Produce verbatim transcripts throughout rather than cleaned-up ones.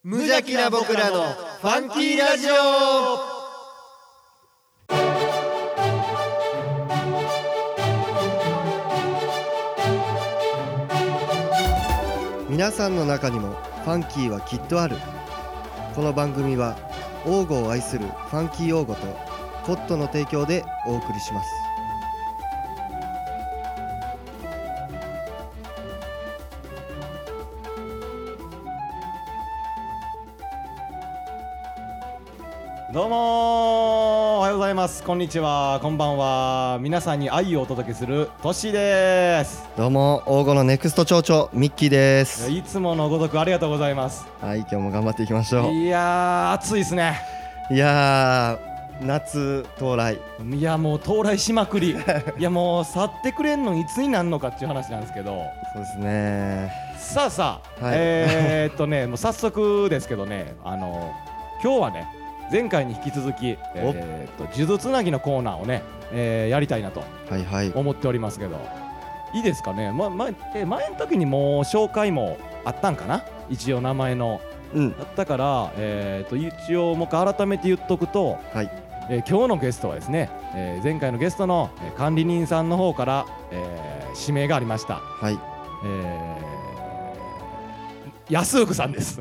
無邪気な僕らのファンキーラジオ。皆さんの中にもファンキーはきっとある。この番組は王語を愛するファンキー王語とコットの提供でお送りします。 どうもおはようございます。こんにちは、こんばんは。皆さんに愛をお届けするトッシーです。 どうも王語のネクスト町長ミッキーです。 いつものごとくありがとうございます。 はい、今日も頑張っていきましょう。 いやー暑いですね。 いやー夏到来。 いやもう到来しまくりいやもう去ってくれんのいつになんのかっていう話なんですけど、 そうですね。 さあさあ、 はい、 えーっとねもう早速ですけどね、あの今日はね前回に引き続き、えー、と数珠つなぎのコーナーをね、えー、やりたいなと思っておりますけど、はいはい、いいですかね。ままえ前の時にもう紹介もあったんかな、一応名前の、うん、だったから、えー、と一応もう一回改めて言っとくと、はい、えー、今日のゲストはですね、えー、前回のゲストの、えー、管理人さんの方から、えー、指名がありました、はい、えー、安福さんです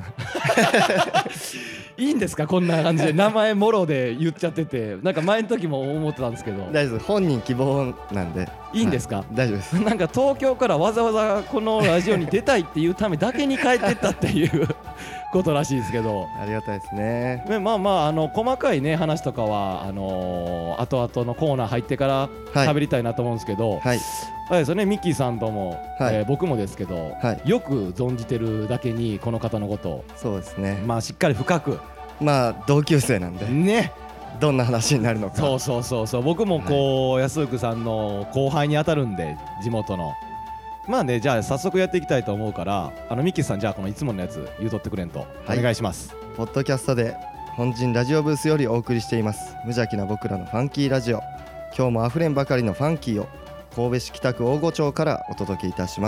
いいんですかこんな感じで名前もろで言っちゃってて、なんか前の時も思ってたんですけど。 大丈夫です、本人希望なんでいいんですか、はい、 大丈夫です。 なんか東京からわざわざこのラジオに出たいっていうためだけに帰ってったっていうことらしいですけどありがたいですね。 まあまあ、あの細かいね話とかはあのー、後々のコーナー入ってから喋りたいなと思うんですけど、はいはい、あれですよね、ミッキーさんとも、はい、えー、僕もですけど、はい、よく存じてるだけにこの方のことを、 そうですね、 まあしっかり深く、まあ同級生なんでね、どんな話になるのか。 そうそうそうそう、僕もこう、はい、安福さんの後輩に当たるんで地元の。まあね、じゃあ早速やっていきたいと思うから、あのミッキーさん、じゃあこのいつものやつ言うとってくれんと、はい、お願いします。 ポッドキャストで本陣ラジオブースよりお送りしています無邪気な僕らのファンキーラジオ。今日もあふれんばかりのファンキーを神戸市北区大御町からお届けいたします。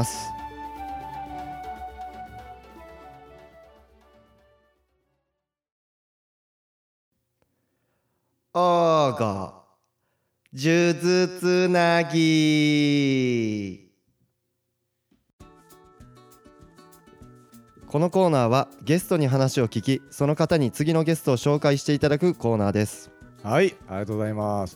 王語数珠つなぎ。このコーナーはゲストに話を聞き、その方に次のゲストを紹介していただくコーナーです。 はい、ありがとうございます。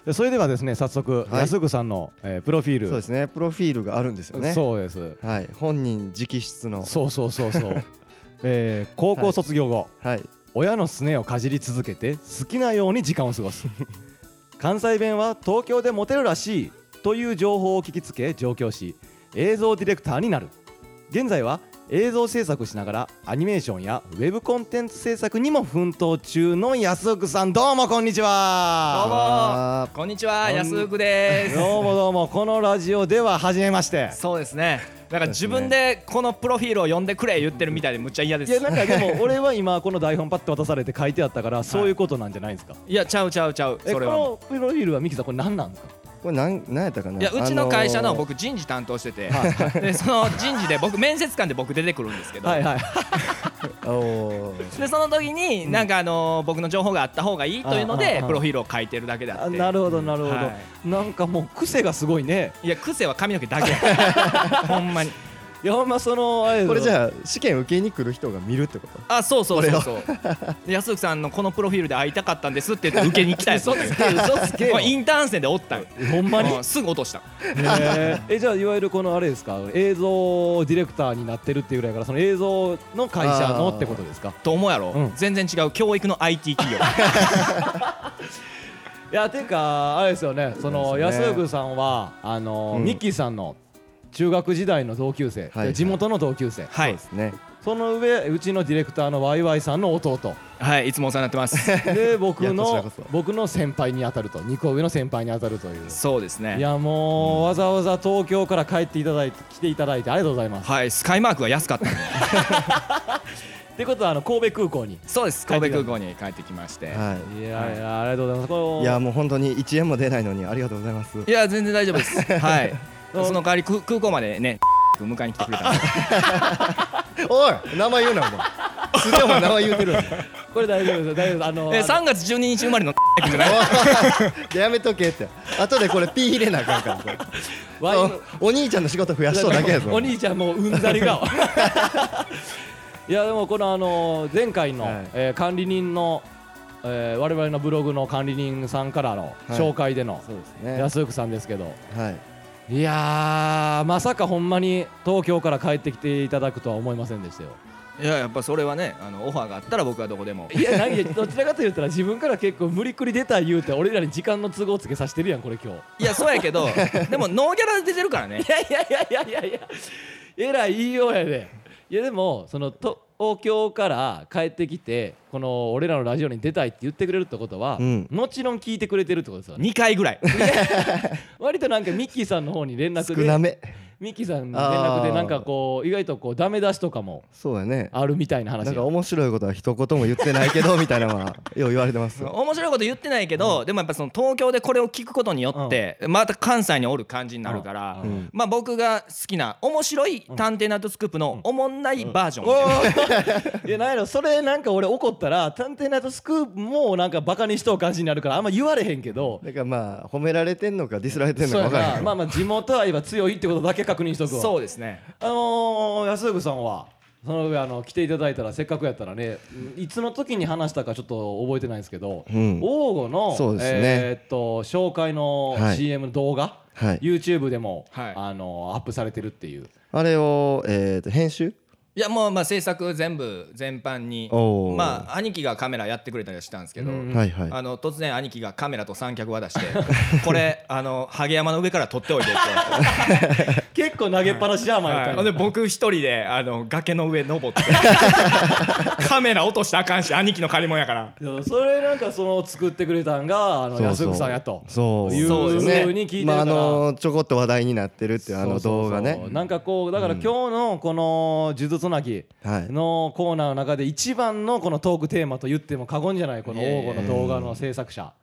それではですね、早速、はい、安福さんの、えー、プロフィール。 そうですね、プロフィールがあるんですよね。 そうです、 はい、本人直筆の。 そうそうそうそう、えー、高校卒業後、はいはい、親のすねをかじり続けて好きなように時間を過ごす関西弁は東京でモテるらしいという情報を聞きつけ上京し、映像ディレクターになる。現在は映像制作しながらアニメーションやウェブコンテンツ制作にも奮闘中の安福さん、どうもこんにちは。 どうもこんにちは、安福です。 どうもどうも、このラジオでは初めまして。 そうですね、なんか自分でこのプロフィールを読んでくれ言ってるみたいでむっちゃ嫌です。 いやなんかでも俺は今この台本パッと渡されて書いてあったからそういうことなんじゃないですか。 いやちゃうちゃうちゃう、それは。 このプロフィールはミキさんこれ何なんですか。 これ何何やったかな。 いやうちの会社の僕人事担当してて、はいはい、でその人事で僕面接官で僕出てくるんですけど、はいはいでその時になんかあのー、僕の情報があった方がいいというのでプロフィールを書いてるだけであって。 なるほどなるほど、はい、なんかもう癖がすごいね。 いや癖は髪の毛だけほんまに。 いやほんまそのあれこれじゃあ試験受けに来る人が見るってこと。 あ、そうそうそうそう安福さんのこのプロフィールで会いたかったんですって言って受けに来たやつ。嘘つけ嘘つけインターン生でおったん。 ほんまにすぐ落とした。 えじゃあいわゆるこのあれですか、映像ディレクターになってるっていうぐらいからその映像の会社のってことですか。 と思うやろ、うん、全然違う教育の アイティー 企業いやていうかあれですよね、その安福さんはあの、うん、ミッキーさんの中学時代の同級生、はい、地元の同級生、 はい、そうですね。 その上うちのディレクターのワイワイさんの弟、 はい、いつもお世話になってます。 で僕の僕の先輩に当たると、にこ上の先輩に当たるという。 そうですね。 いやもう、うん、わざわざ東京から帰っていただいて来ていただいてありがとうございます。 はい、スカイマークが安かったんでってことはあの神戸空港に。 そうです、神戸空港に帰ってきまして、 はい、いやいやありがとうございます。 いやもう本当にいちえんも出ないのにありがとうございます。 いや全然大丈夫ですはいその代わり空港までね迎えに来てくれたんでおい名前言うなお前すでも名前言うてるこれ大丈夫です大丈夫です。あのえさんがつじゅうににち生まれのじゃないやめとけって後でこれピー入れなあかんからこれお兄ちゃんの仕事増やしとうだけやぞお兄ちゃんもううんざり顔いやでもこのあの前回の、はいえー、管理人の、えー、我々のブログの管理人さんからの紹介での、はいそうですね、安福さんですけど、はい、いやーまさかほんまに東京から帰ってきていただくとは思いませんでしたよ。 いややっぱそれはねあのオファーがあったら僕はどこでもいや何どちらかと言ったら自分から結構無理くり出た言うて俺らに時間の都合つけさせてるやんこれ今日。 いやそうやけどでもノーギャラで出てるからね。 いやいやいやいやいやいやえらい言いようやで。いやでもその東京から帰ってきてこの俺らのラジオに出たいって言ってくれるってことは、うん、もちろん聞いてくれてるってことですよね。 にかいぐらい割となんかミッキーさんの方に連絡で少なめミッキーさんに連絡でなんかこう意外とこうダメ出しとかもそうだねあるみたいな話。 なんか面白いことは一言も言ってないけどみたいなのはよう言われてますよ。 面白いこと言ってないけど、うん、でもやっぱその東京でこれを聞くことによって、うん、また関西におる感じになるから、うん、まあ僕が好きな面白い探偵ナイトスクープのおもんないバージョン、 うんうん、いやなんやろそれなんか俺怒ったら探偵ナイトスクープもなんかバカにしとう感じになるからあんま言われへんけどだからまあ褒められてんのかディスられてんのか分からへん。 まあまあ地元愛は強いってことだけ確認しとくわ。 そうですね。 あのー、安福さんはその上あの来ていただいたらせっかくやったらねいつの時に話したかちょっと覚えてないんですけど、うん、王吾のそうですね、えー、っと紹介の シーエム の動画、はい、YouTube でも、はい、あのー、アップされてるっていうあれを、えー、と編集いやもうまあ制作全部全般にまあ兄貴がカメラやってくれたりしたんですけど、うんはいはい、あの突然兄貴がカメラと三脚渡してこれあの萩山の上から撮っておいてって結構投げっぱなしじゃん、はいはい、で僕一人であの崖の上登ってカメラ落としたらあかんし兄貴の借り物やからいやそれなんかその作ってくれたんがあの安福さんやとそういうふうに聞いてるから、まあ、あのちょこっと話題になってるっていうあの動画ね。 そうそうそうなんかこうだから今日のこの呪術つなぎのコーナーの中で一番のこのトークテーマと言っても過言じゃないこの王吾の動画の制作者、はい、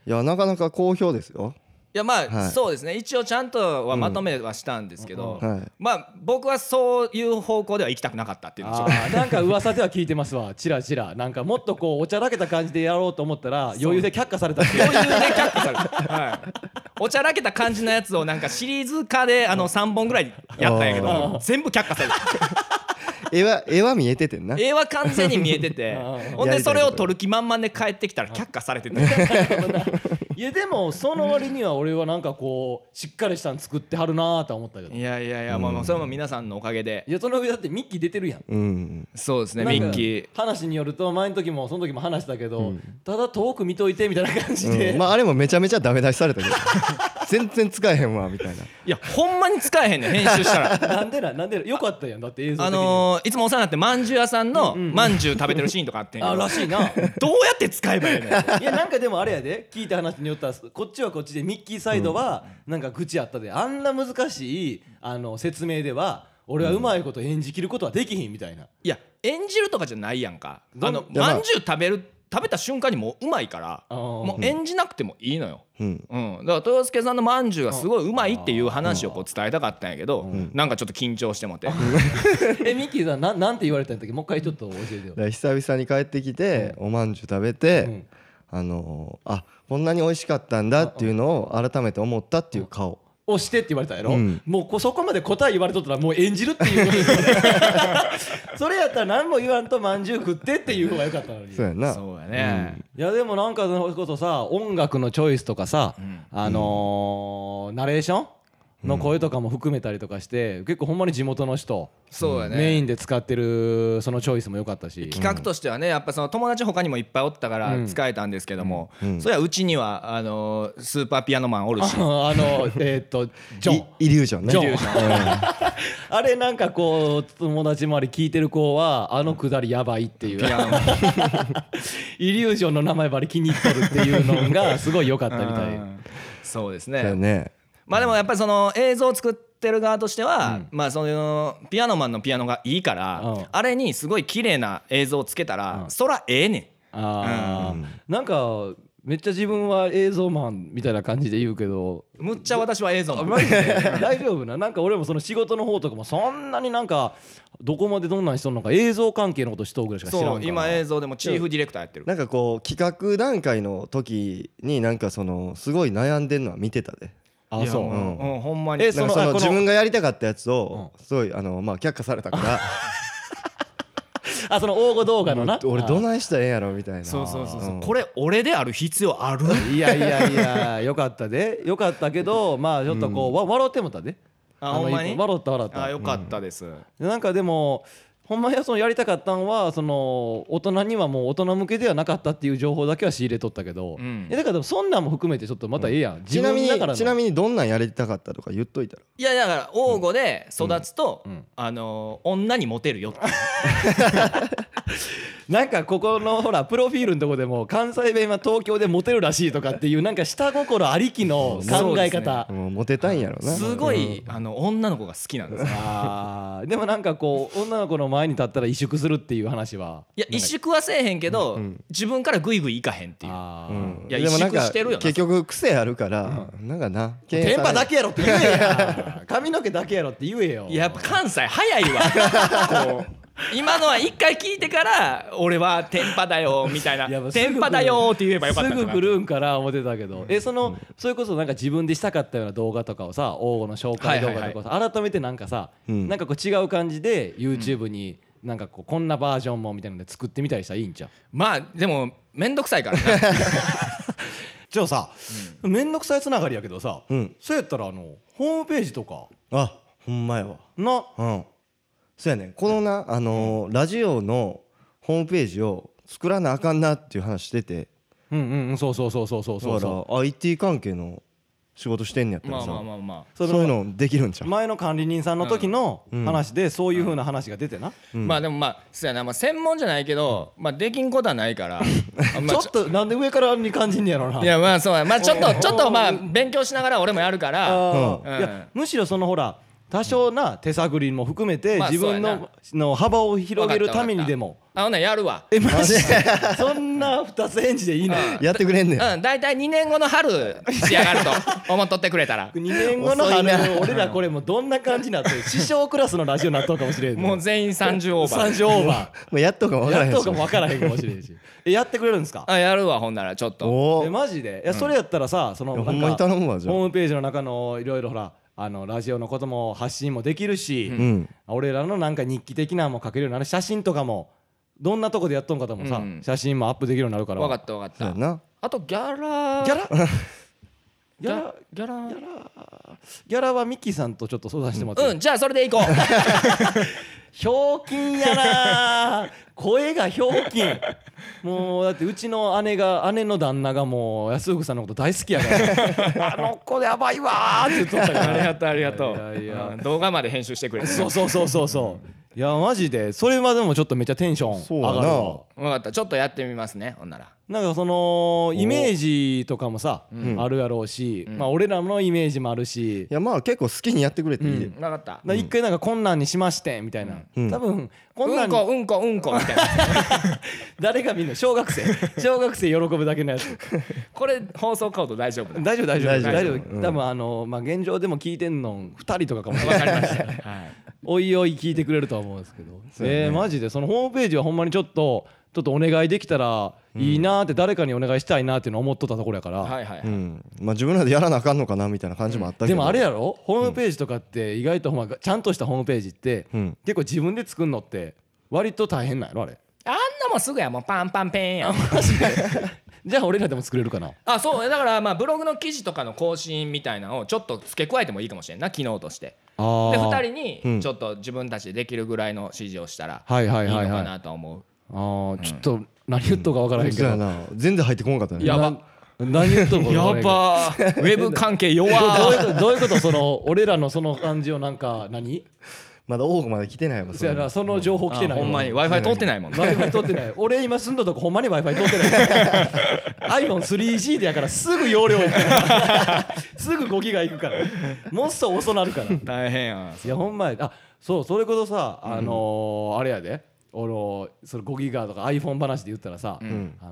いやなかなか好評ですよ。 いやまあ、はい、そうですね一応ちゃんとはまとめはしたんですけど、うんはい、まあ僕はそういう方向では行きたくなかったっていうのあなんか噂では聞いてますわチラチラなんかもっとこうおちゃらけた感じでやろうと思ったら余裕で却下されたっていう余裕で却下された、はい、おちゃらけた感じのやつをなんかシリーズ化であのさんぼんぐらいやったんやけど全部却下された絵は絵は見えててんな絵は完全に見えててほんでそれを撮る気満々で帰ってきたら却下されてていやでもその割には俺はなんかこうしっかりしたの作ってはるなと思ったけどいやいやいや、うん、もうそれも皆さんのおかげでいやその上だってミッキー出てるやん、うん、 そうですねミッキー話によると前の時もその時も話したけど、うん、ただ遠く見といてみたいな感じで、 うん、まああれもめちゃめちゃダメ出しされたけど全然使えへんわみたいないやほんまに使えへんねん編集したらなんでななんでなよかったやんだって映像的にあのー、いつもお世話になってまんじゅう屋さんのまんじゅう食べてるシーンとかあってんあらしいなどうやって使えばいいのいやなんかでもあれやで聞いた話によったらこっちはこっちでミッキーサイドはなんか愚痴あったで、あんな難しいあの説明では俺はうまいこと演じきることはできひんみたいな、 いや演じるとかじゃないやんかあのまんじゅう食べる食べた瞬間にもううまいからもう演じなくてもいいのよ、うんうん、だから豊介さんのまんじゅうがすごいうまいっていう話をこう伝えたかったんやけど、うん、なんかちょっと緊張してもてえミッキーさん な, なんて言われたんだっけもう一回ちょっと教えてよ。 だ久々に帰ってきて、うん、おまんじゅう食べて、うん、あのー、あこんなに美味しかったんだっていうのを改めて思ったっていう顔をしてって言われたやろ、うん、もうそこまで答え言われとったらもう演じるっていうことですよねそれやったら何も言わんとまんじゅう食ってっていう方がよかったのにそうやなそうやね、 うん、いやでもなんかそれこそさ音楽のチョイスとかさ、うん、あのーうん、ナレーションの声とかも含めたりとかして結構ほんまに地元の人そうやねメインで使ってるそのチョイスも良かったし企画としてはねやっぱその友達他にもいっぱいおったから使えたんですけども、うんうん、そりゃうちにはあのー、スーパーピアノマンおるしあのえー、っとジョンイリュージョンねジョン、うん、あれなんかこう友達周り聞いてる子はあのくだりやばいっていうイリュージョンの名前ばり気に入っとるっていうのがすごい良かったみたいそうですねそうねまあでもやっぱりその映像を作ってる側としては、うん、まあそのピアノマンのピアノがいいから、うん、あれにすごい綺麗な映像をつけたら、うん、そらええねん。 あ、うん、なんかめっちゃ自分は映像マンみたいな感じで言うけどむっちゃ私は映像マン大丈夫な。なんか俺もその仕事の方とかもそんなになんかどこまでどんなにしとんのか映像関係のことしとうぐらいしか知らんから。 そう今映像でもチーフディレクターやってる。 なんかこう企画段階の時になんかそのすごい悩んでんのは見てたで。 あそう、うんうん、ほんまにえそのその自分がやりたかったやつをすごいあのまあ却下されたからあその応募動画のな俺どないしたらええんやろみたいな。 そうそうそうそう、うん、これ俺である必要あるいやいやいやよかったでよかったけどまあちょっとこう、うん、わ笑ってもたで。 あほんまに笑った笑った。 あよかったです、 うん、なんかでもほんまにそのやりたかったんはその大人にはもう大人向けではなかったっていう情報だけは仕入れとったけど、うん、だからでもそんなんも含めてちょっとまたええやん、うん、 ちなみにちなみにどんなんやりたかったとか言っといたら。 いやだから王吾で育つと、うん、あのー、女にモテるよってなんかここのほらプロフィールのとこでも関西弁は東京でモテるらしいとかっていうなんか下心ありきの考え方、 ね、もうモテたいんやろな。 すごい、うん、あの女の子が好きなんです。 あでもなんかこう女の子の前に立ったら萎縮するっていう話は。 いや萎縮はせえへんけど、うん、自分からグイグイいかへんっていう。あ、うん、いや萎縮してるよな。 結局癖あるから、うん、なんかなテンパだけやろって言えや髪の毛だけやろって言えよ。 やっぱ関西早いわこう今のは一回聞いてから俺はテンパだよみたいなテンパだよって言えばよかったかな。 すぐ来るんから思ってたけど、うん、えその、うん、それこそなんか自分でしたかったような動画とかをさ王吾の紹介動画とかさ、はいはいはい、改めてなんかさ、うん、なんかこう違う感じで YouTube になんかこうこんなバージョンもみたいなので作ってみたりしたらいいんちゃう。 まあでもめんどくさいからなじゃあさ、うん、めんどくさいつながりやけどさ、うん、そうやったらあのホームページとかあほんまやわな、 うんそうやねんこのな、あのー、ラジオのホームページを作らなあかんなっていう話しててうんうんそうそうそうそうそうそうだから アイティー 関係の仕事してんねやったらさ、 まあまあまあまあ、 そういうのできるんちゃう。 前の管理人さんの時の話でそういう風な話が出てな、 うんうん、まあでもまあそうやな、まあ、専門じゃないけど、まあ、できんことはないからちょっとなんで上からに感じんねやろな。 いやまあそうや、まあ、ちょっとちょっとまあ勉強しながら俺もやるから、 うんうん、いやむしろそのほら多少な手探りも含めて自分のの幅を広げるためにでもあほなやるわ。 えマジでそんな二つ返事でいいのやってくれんねん。 うん大体にねんごの春仕上がると思っとってくれたらにねんごの春俺らこれもどんな感じになってる師匠クラスのラジオになっとるかもしれん。 もう全員さんじゅうオーバーさんじゅうオーバーもうやっとかも分からへんしやっとかも分からへんかもしれんしえやってくれるんですか。 あやるわほんならちょっとえマジでいやそれやったらさそのなんかホームページの中のいろいろほらあのラジオのことも発信もできるし、うん、俺らのなんか日記的なのも書けるようになる。写真とかもどんなとこでやっとんかともさ、うん、写真もアップできるようになるから。 分かった分かった。あとギャラギャラギャラギャラギャラギャラはミッキーさんとちょっと相談してもらって、 うん、うん、じゃあそれでいこうひょうきんやな声がひょうきんもうだってうちの姉が姉の旦那がもう安福さんのこと大好きやからあの子やばいわーって言っとったからありがとうありがとう。いやいや、うん、動画まで編集してくれてそうそうそうそうそういやマジでそれまでもちょっとめっちゃテンション上がるわ。 分かったちょっとやってみますねほんなら。 なんかそのイメージとかもさ、うん、あるやろうし、うん、まあ俺らのイメージもあるしいやまあ結構好きにやってくれていいで、 うん、分かった。 一回なんかこんなんにしましてみたいな、うん、多分こんなんにうんこうんこうんこみたいな誰が見んの小学生小学生喜ぶだけのやつこれ放送コード大丈夫大丈夫大丈夫大丈夫多分あのまあ現状でも聞いてんのふたりとかかもしれない。 分かりました、はい、 おいおい聞いてくれるとは思うんですけど、ね、えー、マジでそのホームページはほんまにちょっとちょっとお願いできたらいいなって誰かにお願いしたいなっていうのを思っとったところやから、 はいはいはい、 うん、まあ自分らでやらなあかんのかなみたいな感じもあったけど、 でもあれやろホームページとかって意外とほんまちゃんとしたホームページって結構自分で作るのって割と大変なんやろあれ。 あんなもんすぐやもうパンパンペンやんじゃあ俺らでも作れるかな。 あそうだからまあブログの記事とかの更新みたいなのをちょっと付け加えてもいいかもしれんな機能として。あでふたりにちょっと自分たちでできるぐらいの指示をしたらいいのかなと思う。 あちょっと何言っとか分からへんけど、うん、 全然入ってこなかったね。 やば何言っとか分からへんやばウェブ関係弱どういうことどういうことその俺らのその感じをなんか何まだ多くまで来てないもん。 そやなその情報来てない。 ほんまに Wi-Fi 通ってないもんね。 Wi-Fi 通ってない。俺今住んだとこほんまに Wi-Fi 通ってない。アイフォンスリージー でやからすぐ容量いくからすぐごギガいくからもっそ遅なるから大変や。 いやほんまや。あそうそれこそさあのー、あれやで俺それごギガとか iPhone 話で言ったらさ、うん、あの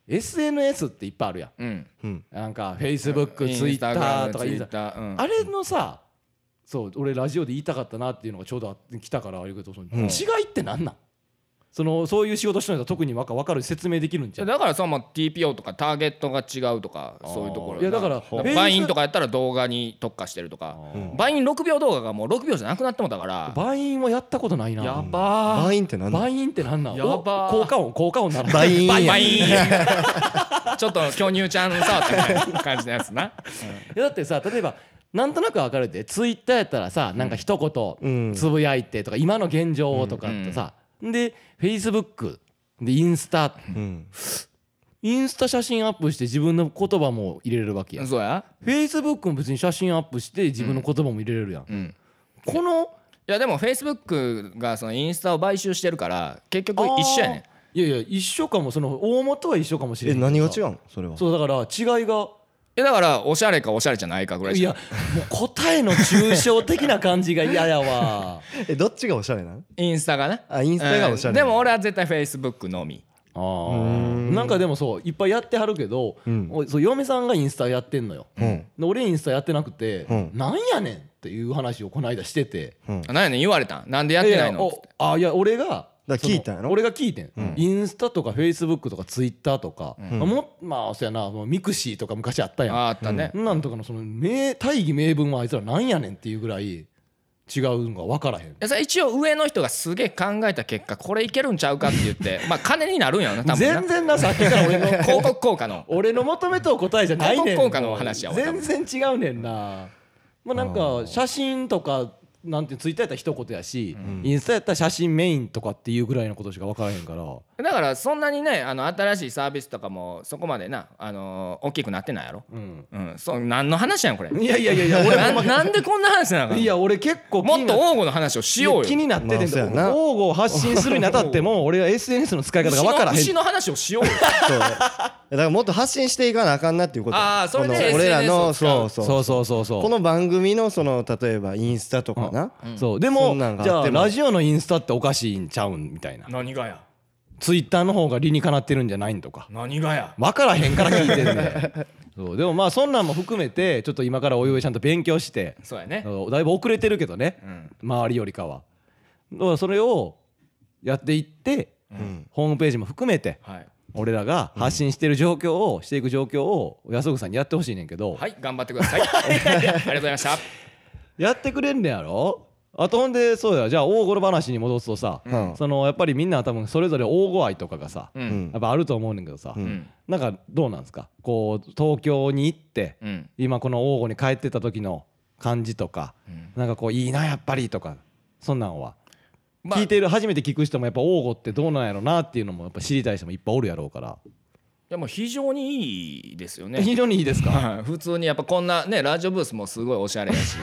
エスエヌエス っていっぱいあるやん、うん、なんか Facebook、Twitter とかインスタ、うん、あれのさそう俺ラジオで言いたかったなっていうのがちょうど来たからあれけどその、うん、違いって何なんそのそういう仕事してる人は特に分か分かる説明できるんじゃん。 だからその ティーピーオー とかターゲットが違うとかそういうところ。 いやだからバインとかやったら動画に特化してるとか、バインろくびょう動画がもうろくびょうじゃなくなってもだから。 バインはやったことないな。 やばー。 バインってなんなん？ バインってなんなん？ やばー。 効果音効果音なら。 バイン。 バイン。ちょっと巨乳ちゃん触った感じのやつな。いやだってさ例えばなんとなく分かるでツイッターやったらさなんか一言つぶやいてとか今の現状とかってさでフェイスブックでインスタ、うん、インスタ写真アップして自分の言葉も入れれるわけやん。 そうや。 フェイスブックも別に写真アップして自分の言葉も入れれるやん、うんうん、このいやでもフェイスブックがそのインスタを買収してるから結局一緒やねん。いやいや一緒かもその大元は一緒かもしれない。 え何が違うのそれは。 そうだから違いがえだからおしゃれかおしゃれじゃないかぐらいしか。 いやもう答えの抽象的な感じが嫌やわえどっちがおしゃれなの？ インスタがね。 あインスタがおしゃれ、うん、 でも俺は絶対フェイスブックのみ。 あーなんかでもそういっぱいやってはるけど、うん、そう嫁さんがインスタやってんのよ、うん、で俺インスタやってなくて、うん、なんやねんっていう話をこの間してて、 うん、なんやねん言われたんなんでやってないのって。 あいや俺がだ聞いたんやろ。 俺が聞いてん、うん、インスタとかフェイスブックとかツイッターとか、うん、もまあそうやなミクシーとか昔あったやん。 ああったね、 うん、なんとかのその名大義名分はあいつらなんやねんっていうぐらい違うのが分からへん。いやそれ一応上の人がすげえ考えた結果これいけるんちゃうかって言ってまあ金になるんやろな多分な。 全然なさっきから俺の広告効果の俺の求めとう答えじゃないねん。 広告効果の話やわ。 全然違うねんな。まあなんか写真とかなんてツイッターやったら一言やし、うん、インスタやったら写真メインとかっていうぐらいのことしか分からへんから。 だからそんなにねあの新しいサービスとかもそこまでな、あのー、大きくなってないやろ、うんうん、そう何の話やんこれ。 いやいやいやいや俺な, なんでこんな話なのか。 いや俺結構もっと王吾の話をしようよ。 気になっててんだ、まあ、王吾を発信するにあたっても俺は エスエヌエス の使い方が分からへん。 牛の話をしようよそうだからもっと発信していかなあかんなっていうこと。 ああそれで俺らのそうそうそうそうそうそうこの番組のその例えばインスタとかな、 うん、そうでもじゃあラジオのインスタっておかしいんちゃうんみたいな。 何がや。 ツイッターの方が理にかなってるんじゃないんとか。 何がや。 分からへんから聞いてんねそうでもまあそんなんも含めてちょっと今からおいおいちゃんと勉強して。 そうやね。 だいぶ遅れてるけどね、うん、周りよりかは。だからそれをやっていって、うん、ホームページも含めて、はい、俺らが発信してる状況を、うん、していく状況を安岡さんにやってほしいねんけど。 はい頑張ってくださいありがとうございました。 やってくれんねやろ。あとほんでそうやじゃあ大語呂話に戻すとさ、うん、そのやっぱりみんな多分それぞれ大語愛とかがさ、うん、やっぱあると思うねんけどさ、うん、なんかどうなんですかこう東京に行って、うん、今この大語に帰ってた時の感じとか、うん、なんかこういいなやっぱりとかそんなんは、まあ、聞いてる初めて聞く人もやっぱ大語ってどうなんやろなっていうのもやっぱ知りたい人もいっぱいおるやろうから。 いやもう非常にいいですよね。 非常にいいですか普通にやっぱこんなねラジオブースもすごいおしゃれやし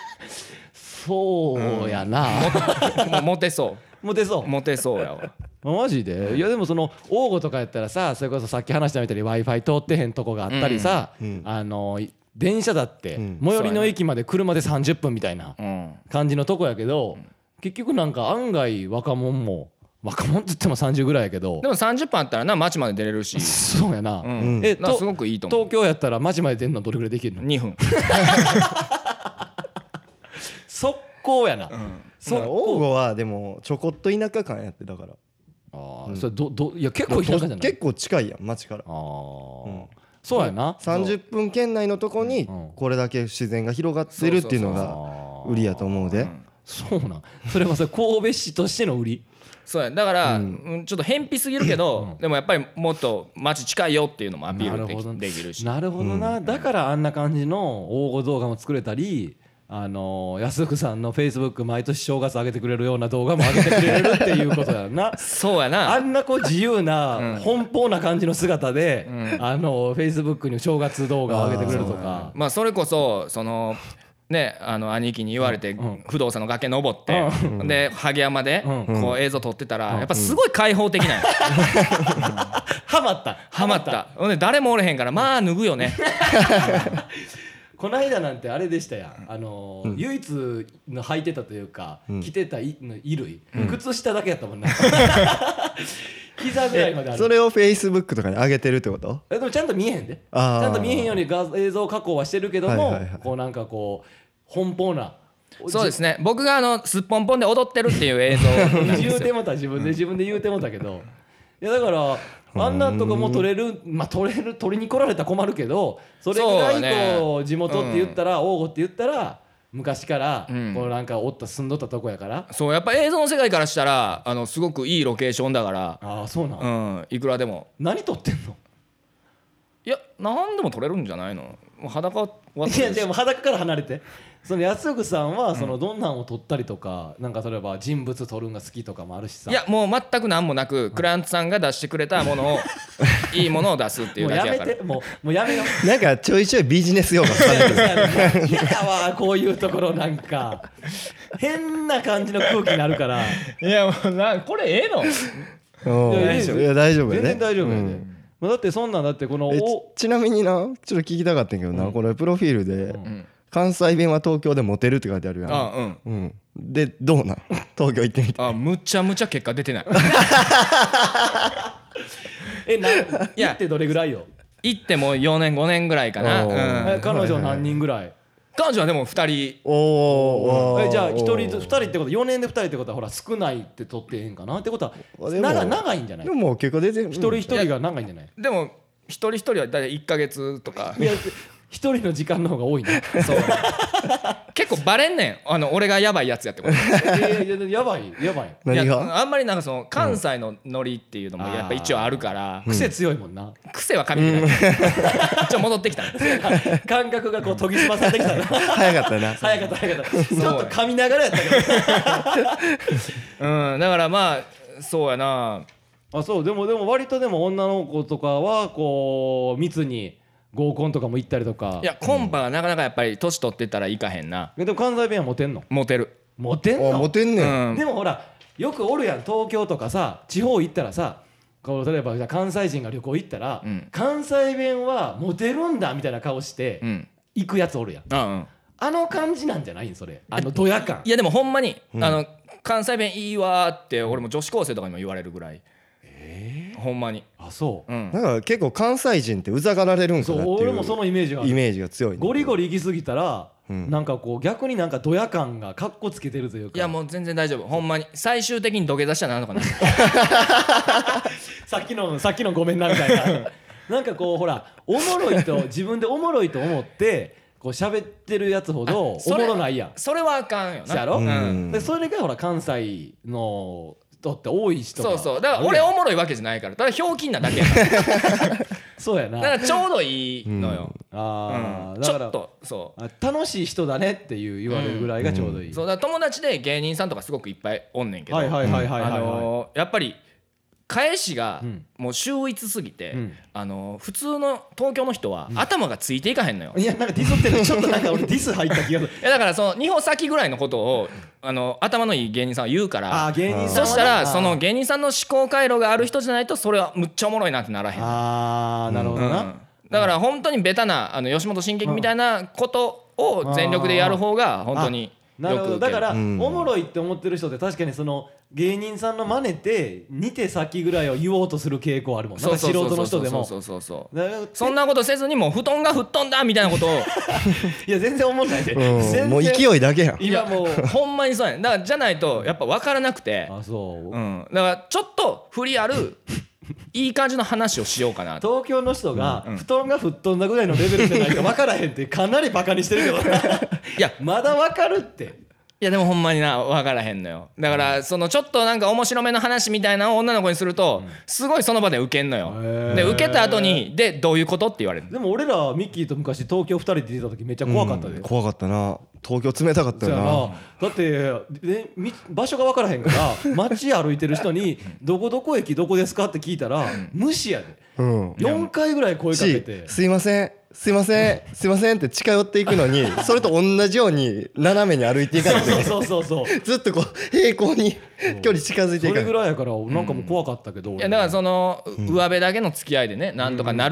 そうやな、 うん、モテそうモテそうモテそうやわマジで。いやでもその王吾とかやったらさそれこそさっき話したみたいに Wi-Fi 通ってへんとこがあったりさ、うん、あの電車だって最寄りの駅まで車でさんじゅっぷんみたいな感じのとこやけど、うん、結局なんか案外若者も若者って言ってもさんじゅうぐらいやけどでもさんじゅっぷんあったらな街まで出れるしそうやな、うん、 えすごくいいと思う。 東京やったら街まで出るのどれぐらいできるの？ にふん速攻やな、うん、 速攻。王吾はでもちょこっと田舎感やってだからあ、うん、それどどいや結構田舎じゃない？ 結構近いやん街から。あ、 うん、そうやな。 さんじゅっぷん圏内のとこにこれだけ自然が広がってるっていうのが売りやと思うで。 そうなんそれはそれ神戸市としての売り。 そうやだから、うん、ちょっと偏僻すぎるけど、うん、でもやっぱりもっと街近いよっていうのもアピール で, きできるし。 なるほどな、うん、だからあんな感じの大御動画も作れたり、あのー、安福さんのフェイスブック毎年正月上げてくれるような動画も上げてくれるっていうことだよなそうやな。 あんなこう自由な、奔放な感じの姿で、うん、あのフェイスブックに正月動画を上げてくれるとか、 まあそれこそそのね、あの兄貴に言われて不動産の崖登ってで萩山でこう映像撮ってたらやっぱすごい開放的なんやハマったハマったほんで誰もおれへんからまあ脱ぐよねこの間なんてあれでしたやあの唯一の履いてたというか着てた衣類靴下だけやったもんな膝ぐらいまである。 それをフェイスブックとかに上げてるってこと？ えでもちゃんと見えへんで。ちゃんと見えへんように画映像加工はしてるけども、はいはいはい、こうなんかこう奔放な。 そうですね、僕があのすっぽんぽんで踊ってるっていう映像言うてもた自分で自分で言うてもたけど、いやだからあんなとこも撮れる、まあ撮れる、撮りに来られたら困るけど、それぐらいこう地元って言ったら、王吾って言ったら昔からこうなんかおった住んどったとこやから、 そうやっぱ映像の世界からしたらあのすごくいいロケーションだから。 ああそうなん、 うん、いくらでも。 何撮ってんの？ いや何でも撮れるんじゃないの？もう裸は。 いやでも裸から離れて、その安福さんはそのどんなんを撮ったりとか、なんか例えば人物撮るんが好きとかもあるしさ。 いやもう全く何もなくクライアントさんが出してくれたものをいいものを出すっていうだけやから。 もうやめて、もうもうやめよう。なんかちょいちょいビジネス用語されてる。 いやだわこういうところなんか変な感じの空気になるから。 いやもうなこれええの？ いや大丈夫、いや大丈夫やね。 全然大丈夫やね。うんだってそんなんだってこのお ち, ちなみになちょっと聞きたかったんけどな、うん、これプロフィールで、うん、関西弁は東京でモテるって書いてあるやん。 あ、うんうん、でどうなん東京行ってみて。 あむちゃむちゃ結果出てない。 えな行ってどれぐらいよ？ 行ってもよねんごねんぐらいかな、 うん、彼女何人ぐらい？ 彼女はでもふたり。 おおえじゃあひとりふたりってことよねんでふたりってことはほら少ないって取ってへんかなってことは長長いんじゃない？ でも結果出てる。 一人一人が長いんじゃない？ でも一人一人はだいたいいっかげつとか。 いや一人の時間の方が多いね。 そう結構バレんねん、あの俺がやばいやつやってこと。 いやいややばいやばい。 何が？ いやあんまりなんかその関西のノリっていうのもやっぱ一応あるから、 うん、癖強いもんな。 癖は神みたいな。ちょ戻ってきた。 感覚がこう研ぎ澄まされてきた。 早かったな。 早かった早かった。ちょっと噛みながらやったけど。うんだからまあそうやな。 あそうでもでも割とでも女の子とかはこう密に合コンとかも行ったりとか。 いやコンパがなかなかやっぱり年取ってったらいかへんな。 でも関西弁はモテんの？ モテる。 モテんの？ モテんねん、 うん、でもほらよくおるやん、東京とかさ地方行ったらさこう例えば関西人が旅行行ったら、うん、関西弁はモテるんだみたいな顔して行くやつおるやん、 うんうん、 あの感じなんじゃないんそれ、あのドヤ感。 いやでもほんまに、うん、あの関西弁いいわって俺も女子高生とかにも言われるぐらい。えー、ほんまに。 あそう、 うん、なんか結構関西人ってうざがられるんかなっていう。 そう俺もそのイメージがある。 イメージが強い、ね、 ゴリゴリ行き過ぎたら、うん、なんかこう逆になんかドヤ感がカッコつけてるというか。 いやもう全然大丈夫ほんまに。最終的に土下座したらなんとかなる。 さっきのさっきのごめんなみたいな。なんかこうほらおもろいと自分でおもろいと思ってこう喋ってるやつほどおもろないやん。 それはあかんよな。 やろ、うん、でそれがほら関西の人って多い人が。 そうそうだから俺おもろいわけじゃないからただひょうきんなだけやからそうやな。 だからちょうどいいのよ、 うん、ああ、うん、 だからちょっとそう楽しい人だねっていう言われるぐらいがちょうどいい、うん、 そうだから友達で芸人さんとかすごくいっぱいおんねんけど、 はいはいはいはいはい、 あのー、やっぱり返しがもう秀逸すぎて、うん、あの普通の東京の人は頭がついていかへんのよ、 うん、いやなんかディスってるちょっとなんか俺ディス入った気がする。 いやだからそのにほ先ぐらいのことをあの頭のいい芸人さんは言うから。 あ芸人さんは、ね、 そしたらその芸人さんの思考回路がある人じゃないとそれはむっちゃおもろいなってならへん。 あーなるほどな、うん、 だから本当にベタなあの吉本新喜劇みたいなことを全力でやる方が本当になるほど。だから、うん、おもろいって思ってる人って確かにその芸人さんの真似て似て先ぐらいを言おうとする傾向あるもん。なんか素人の人でもそうそうそうそうそんなことせずにもう布団が吹っ飛んだみたいなことをいや全然思んないで、 うん、もう勢いだけやん。 今もうほんまにそうやねん。だからじゃないとやっぱ分からなくて。 あそう、 うん、だからちょっと振りあるいい感じの話をしようかな。 東京の人が布団が吹っ飛んだぐらいのレベルじゃないか分からへんってかなりバカにしてるけどいやまだ分かるって。 いやでもほんまにな分からへんのよ。だからそのちょっとなんか面白めの話みたいなのを女の子にするとすごいその場でウケんのよ。でウケた後にでどういうことって言われる。 でも俺らミッキーと昔東京ふたりで出た時めっちゃ怖かったで、 うん、怖かったな。東京冷たかったよな。 だってで場所が分からへんから街歩いてる人にどこどこ駅どこですかって聞いたら無視やで、うん、よんかいぐらい声かけてすいませんすいませんすいませんって近寄っていくのにそれと同じように斜めに歩いていかないとそうそうそうそうずっとこう平行に距離近づいていかない。 それぐらいやからなんかもう怖かったけど、うん、 いやだからその上辺だけの付き合いでねなんとかなるっ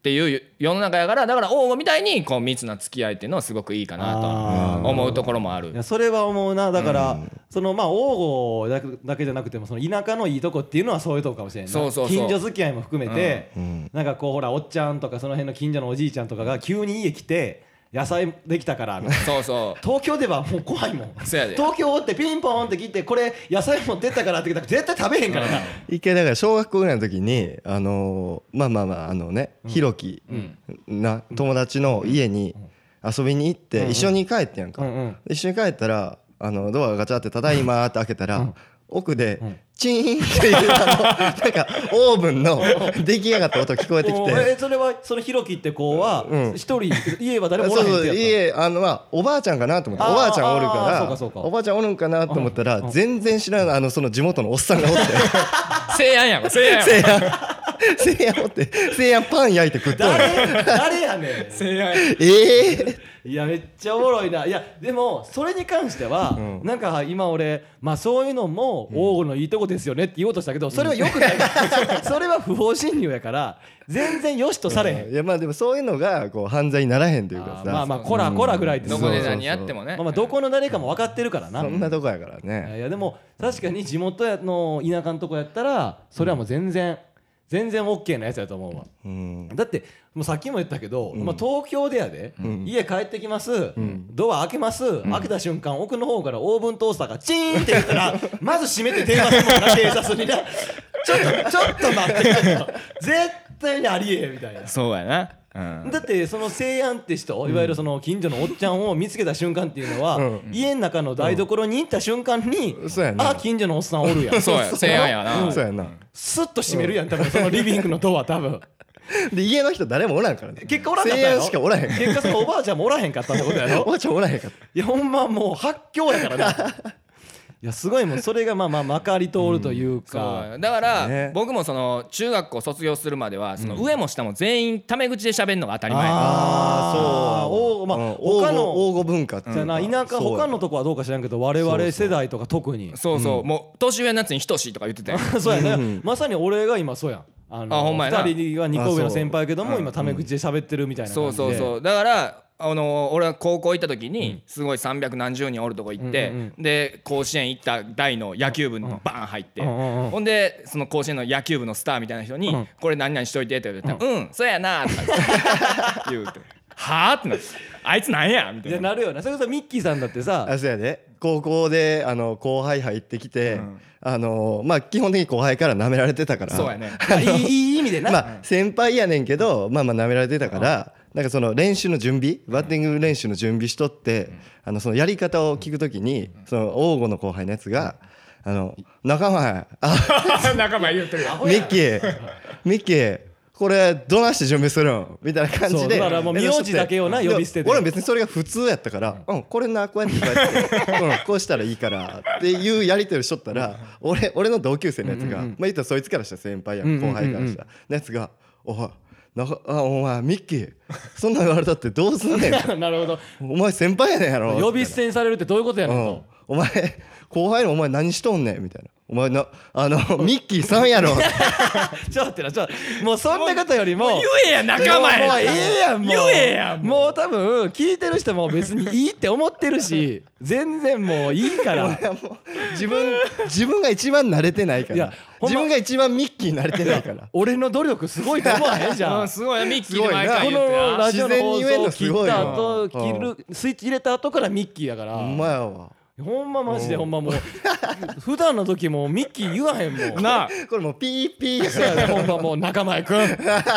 っていう世の中やから、だから王吾みたいにこう密な付き合いっていうのはすごくいいかなと思うところもある。 いやそれは思うな。だから、うん、そのまあ王吾だけ、だけじゃなくてもその田舎のいいとこっていうのはそういうとこかもしれない。そうそうそう、近所付き合いも含めて、うん、なんかこうほらおっちゃんとかその辺の近所のおじいちゃんとかが急に家来て野菜できたからそうそう東京ではもう怖いもん。東京ってピンポンって来てこれ野菜持ってったからって来たら絶対食べへんからな。 一回だから小学校ぐらいの時にあのー、まあまあまああのね、うん、ひろきな友達の家に遊びに行って一緒に帰ってやんか、うんうん、一緒に帰ったらあのドアがガチャってただいまって開けたら、うん、奥でチーンっていうあのなんかオーブンの出来上がった音聞こえてきてえそれはそのひろきって子は一人家は誰もおらへんってやった。そうそう家あのまあおばあちゃんかなと思っておばあちゃんおるからおばあちゃんおるんかなと思ったら全然知らないあのその地元のおっさんがおって西安やん西安西安西安おって西安パン焼いて食っとる。 誰誰やねん西安ええいやめっちゃおもろいな。いやでもそれに関しては、うん、なんか今俺まあそういうのも王吾のいいとこですよねって言おうとしたけど、それはよくないそれは不法侵入やから全然よしとされへん、 うん、いやまあでもそういうのがこう犯罪にならへんというかさ、 まあまあこらこらぐらいってどこで何やってもね、 まあまあどこの誰かも分かってるからな。 そんなとこやからね。 いやでも確かに地元の田舎のとこやったらそれはもう全然全然 OK なやつやと思うわ、うん、だってもうさっきも言ったけど、うんまあ、東京でやで、うん、家帰ってきます、うん、ドア開けます、うん、開けた瞬間奥の方からオーブントースターがチーンって言ったらまず閉めて電話するもんな警察になちょっとちょっと待って絶対にありえへんみたいな。 そうやな、 うん、だってその西安って人、いわゆるその近所のおっちゃんを見つけた瞬間っていうのは、うん、家の中の台所に行った瞬間に、うん、あ近所のおっさんおるやんそうや西安やな、 うん、そうやなスッと閉めるやん多分そのリビングのドア多分で家の人誰もおらんからね。 結果おらんかったやろ。 しかおらへん。 結果そのおばあちゃんもおらへんかったってことやろ。 おばあちゃんおらへんかった。 いやほんまもう発狂やからないやすごいもんそれがまあまあまかり通るというか、 うん、だから、ね、僕もその中学校卒業するまではその上も下も全員タメ口で喋るのが当たり前。 ああそう、まあ、他の王吾文化っていうか、うん、田舎他のとこはどうか知らんけど我々世代とか特にそうそう、うん、もう年上のやつに等しいとか言ってたよそうやね、うん、まさに俺が今そうやん。あのあほんまやなふたりはにこ上の先輩やけども今タメ口で喋ってるみたいな感じで、 そうそうそうだからあの俺は高校行った時にすごいさんびゃくなんじゅうにんおるとこ行って、うんうんうん、で甲子園行った代の野球部にバーン入って、うんうんうん、ほんでその甲子園の野球部のスターみたいな人に、うん、これ何々しといてって言われたら、うん、うん、そうやなとか言うてはあってなってあいつなんやみたいな。 なるよな。それこそミッキーさんだってさあそうやで高校であの後輩入ってきて、うん、あのまあ基本的に後輩から舐められてたからそうやねいい意味でな、 まあ、先輩やねんけどまあまあ舐められてたから、うん、なんかその練習の準備バッティング練習の準備しとって、うん、あのそのやり方を聞くときにその王吾の後輩のやつがあの仲間あ仲間言うてるよミッキーミッキーこれどないして準備するんみたいな感じでだからもう名字だけをな呼び捨てて俺は別にそれが普通やったからうんこれなこうやってこうやってうんこうしたらいいからっていうやり取りしとったら俺俺の同級生のやつがまあ言ったらそいつからしたら先輩や後輩からしたらのやつがおいなかあお前ミッキーそんなん言われたってどうすんねんなるほどお前先輩やねんやろ呼び捨てにされるってどういうことやねんとお前後輩のお前何しとんねんみたいなお前なあのミッキーさんやろちょっと待ってなちょっともうそんなことよりも言えや仲間やもうええやんもう言えやもうもう多分聞いてる人も別にいいって思ってるし全然もういいから俺はもう自分自分が一番慣れてないからいや自分が一番ミッキー慣れてないから俺の努力すごいと思わへんじゃんすごいミッキーで毎回言ってこのラジオの放送を切った後切るスイッチ入れた後からミッキーやからほんまやわほんまマジでほんまもう普段の時もミッキー言わへんもんなあこれもうピーピーそうやねほんまもう仲間くん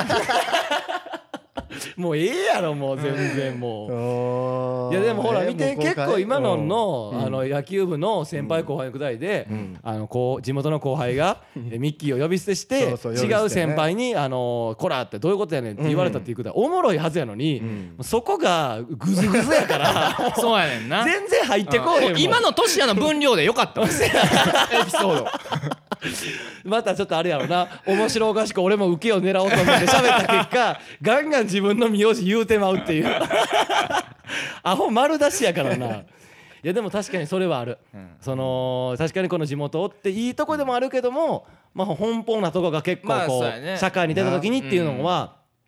もうええやろもう全然もういやでもほら見て結構今ののあの野球部の先輩後輩のくらいであのこう地元の後輩がミッキーを呼び捨てして違う先輩にあのこらってどういうことやねんって言われたっていうことはおもろいはずやのにそこがグズグズやからそうやねんな全然入ってこうへんもん今のトシヤの分量でよかったエピソードまたちょっとあれやろな面白おかしく俺も受けを狙おうと思って喋った結果ガンガン自分の名字言うてまうっていうアホ丸出しやからないやでも確かにそれはある、うん、その確かにこの地元っていいとこでもあるけども、まあ、奔放なとこが結構こう、まあそうやね、社会に出た時にっていうのは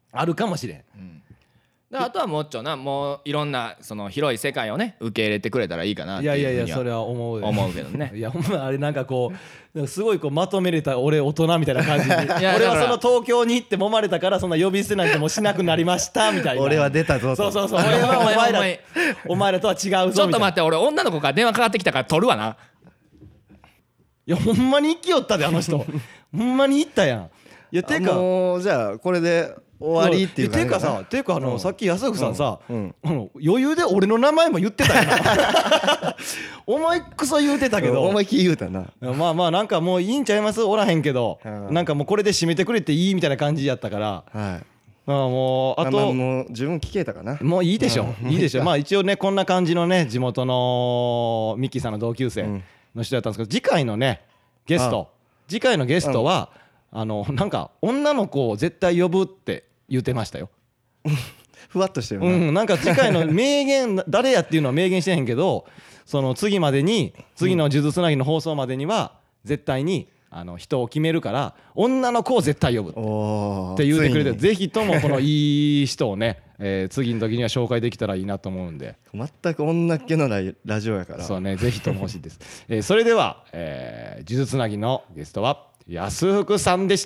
あるかもしれん、 うん、であとはもうちょなもういろんなその広い世界をね受け入れてくれたらいいかなっていうふうにはいやいやいやそれは思う思うけどねいやほんまあれなんかこうすごいこうまとめれた俺大人みたいな感じに俺はその東京に行って揉まれたからそんな呼び捨てなんてもしなくなりましたみたいな俺は出たぞとそうそうそう俺はお前らお前らとは違うぞみたいなちょっと待って俺女の子から電話かかってきたから取るわな。 いやほんまに行きよったであの人ほんまに行ったやん。いやてかもうじゃあこれで終わりっていうかてかさていうかあのさっき安福さんさ余裕で俺の名前も言ってたよなお前クソ言うてたけどお前気言うたな。 まあまあなんかもういいんちゃいますおらへんけどなんかもうこれで締めてくれていいみたいな感じやったからはいまあもうあともう十分聞けたかな。 もういいでしょいいでしょまあ一応ねこんな感じのね地元のミッキーさんの同級生の人だったんですけど次回のねゲスト次回のゲストはあのなんか女の子を絶対呼ぶって言ってましたよふわっとしてるな、 うん、なんか次回の明言誰やっていうのは明言してへんけどその次までに次の数珠つなぎの放送までには絶対にあの人を決めるから女の子を絶対呼ぶって言うてくれてぜひともこのいい人をね、えー、次の時には紹介できたらいいなと思うんで全く女っ気のないラジオやからそうねぜひとも欲しいです、えー、それでは、えー、数珠つなぎのゲストは安福さんでした。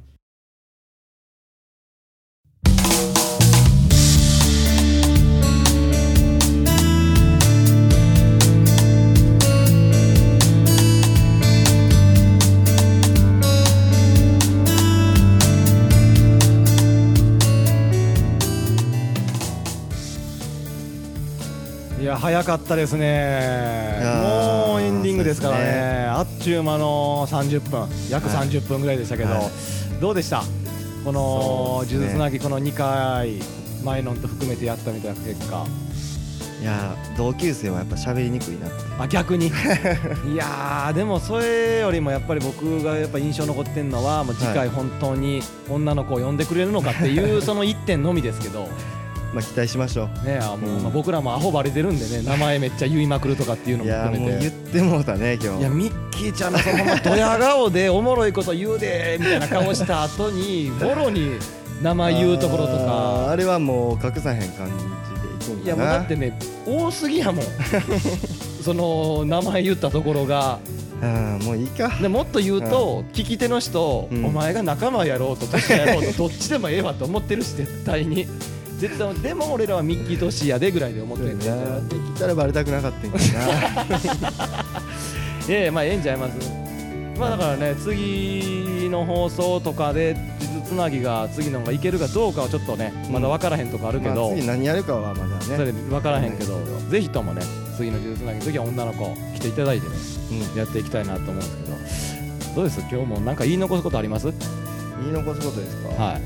いや早かったですね。もうエンディングですからね。あっちゅう間のさんじゅっぷん約さんじゅっぷんぐらいでしたけど、はい、どうでしたこの数珠つなぎこのにかい前のんと含めてやったみたいな結果。 いや同級生はやっぱ喋りにくいなって。 あ逆にいやでもそれよりもやっぱり僕がやっぱ印象残ってんのはもう次回本当に女の子を呼んでくれるのかっていうそのいってんのみですけどまあ期待しましょうね。あもう、うんまあ、僕らもアホバレてるんでね名前めっちゃ言いまくるとかっていうのも含めていやもう言ってもうたね今日。 いやミッキーちゃんのそのままドヤ顔でおもろいこと言うでみたいな顔した後にもろに名前言うところとかあ, あれはもう隠さへん感じでいくんかな。 いやもうだってね多すぎやもんその名前言ったところがあもういいか。 でもっと言うと聞き手の人、うん、お前が仲間やろうとどっちやろうとどっちでもええわと思ってるし絶対に絶対でも俺らはミッキーとシやでぐらいで思ってるんだよ。 できたらバレたくなかったんかないやいやまあええんちゃいます。まあだからね次の放送とかで数珠つなぎが次のがいけるかどうかはちょっとねまだ分からへんとこあるけど、 うんまあ、次何やるかはまだねそれ分からへんけどぜひともね次の数珠つなぎの時は女の子来ていただいてね、うん、やっていきたいなと思うんですけどどうです今日もなんか言い残すことあります？ 言い残すことですか。 はい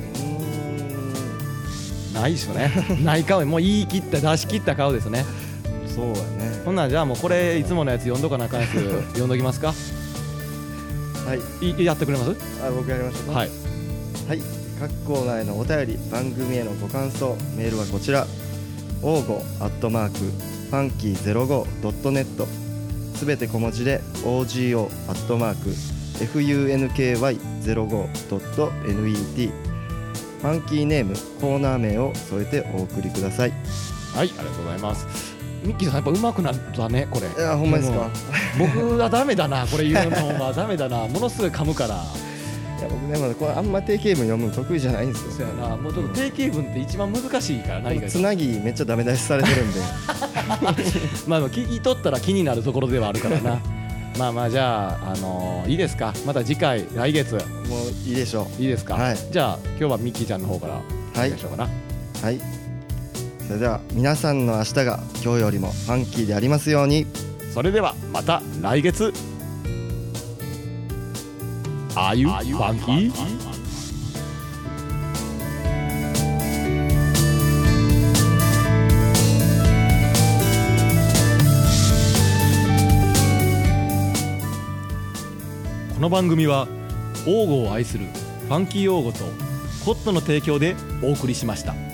ないっすよねない顔もう言い切った出し切った顔ですね。 そうやね。 ほんならじゃあもうこれいつものやつ読んどかなあかんやつ読んどきますかはいいやってくれます？ あ僕やりましょうか。 はいはい各コーナーへのお便り番組へのご感想メールはこちらオーゴアットマークファンキーゼロごドットネットすべて小文字で オージーオー アットマーク フユーエヌケーワイゼロごドットネットファンキーネームコーナー名を添えてお送りください。 はいありがとうございます。ミッキーさんやっぱ上手くなったねこれ。 いやほんまですか。 僕はダメだなこれ言うのはダメだなものすごい噛むから。いや僕でもこれあんま定型文読むの得意じゃないんですよ。 そうやなもうちょっと定型文って一番難しいからな。 つなぎめっちゃダメ出しされてるんでまあ聞き取ったら気になるところではあるからなまあまあじゃあ、あのー、いいですかまた次回来月もういいでしょう。 いいですか、 はい、 じゃあ今日はミッキーちゃんの方からお願いしようかな。 はい、はい、それでは皆さんの明日が今日よりもファンキーでありますように。 それではまた来月。Are you funky? この番組は王語を愛するファンキー王語とコットの提供でお送りしました。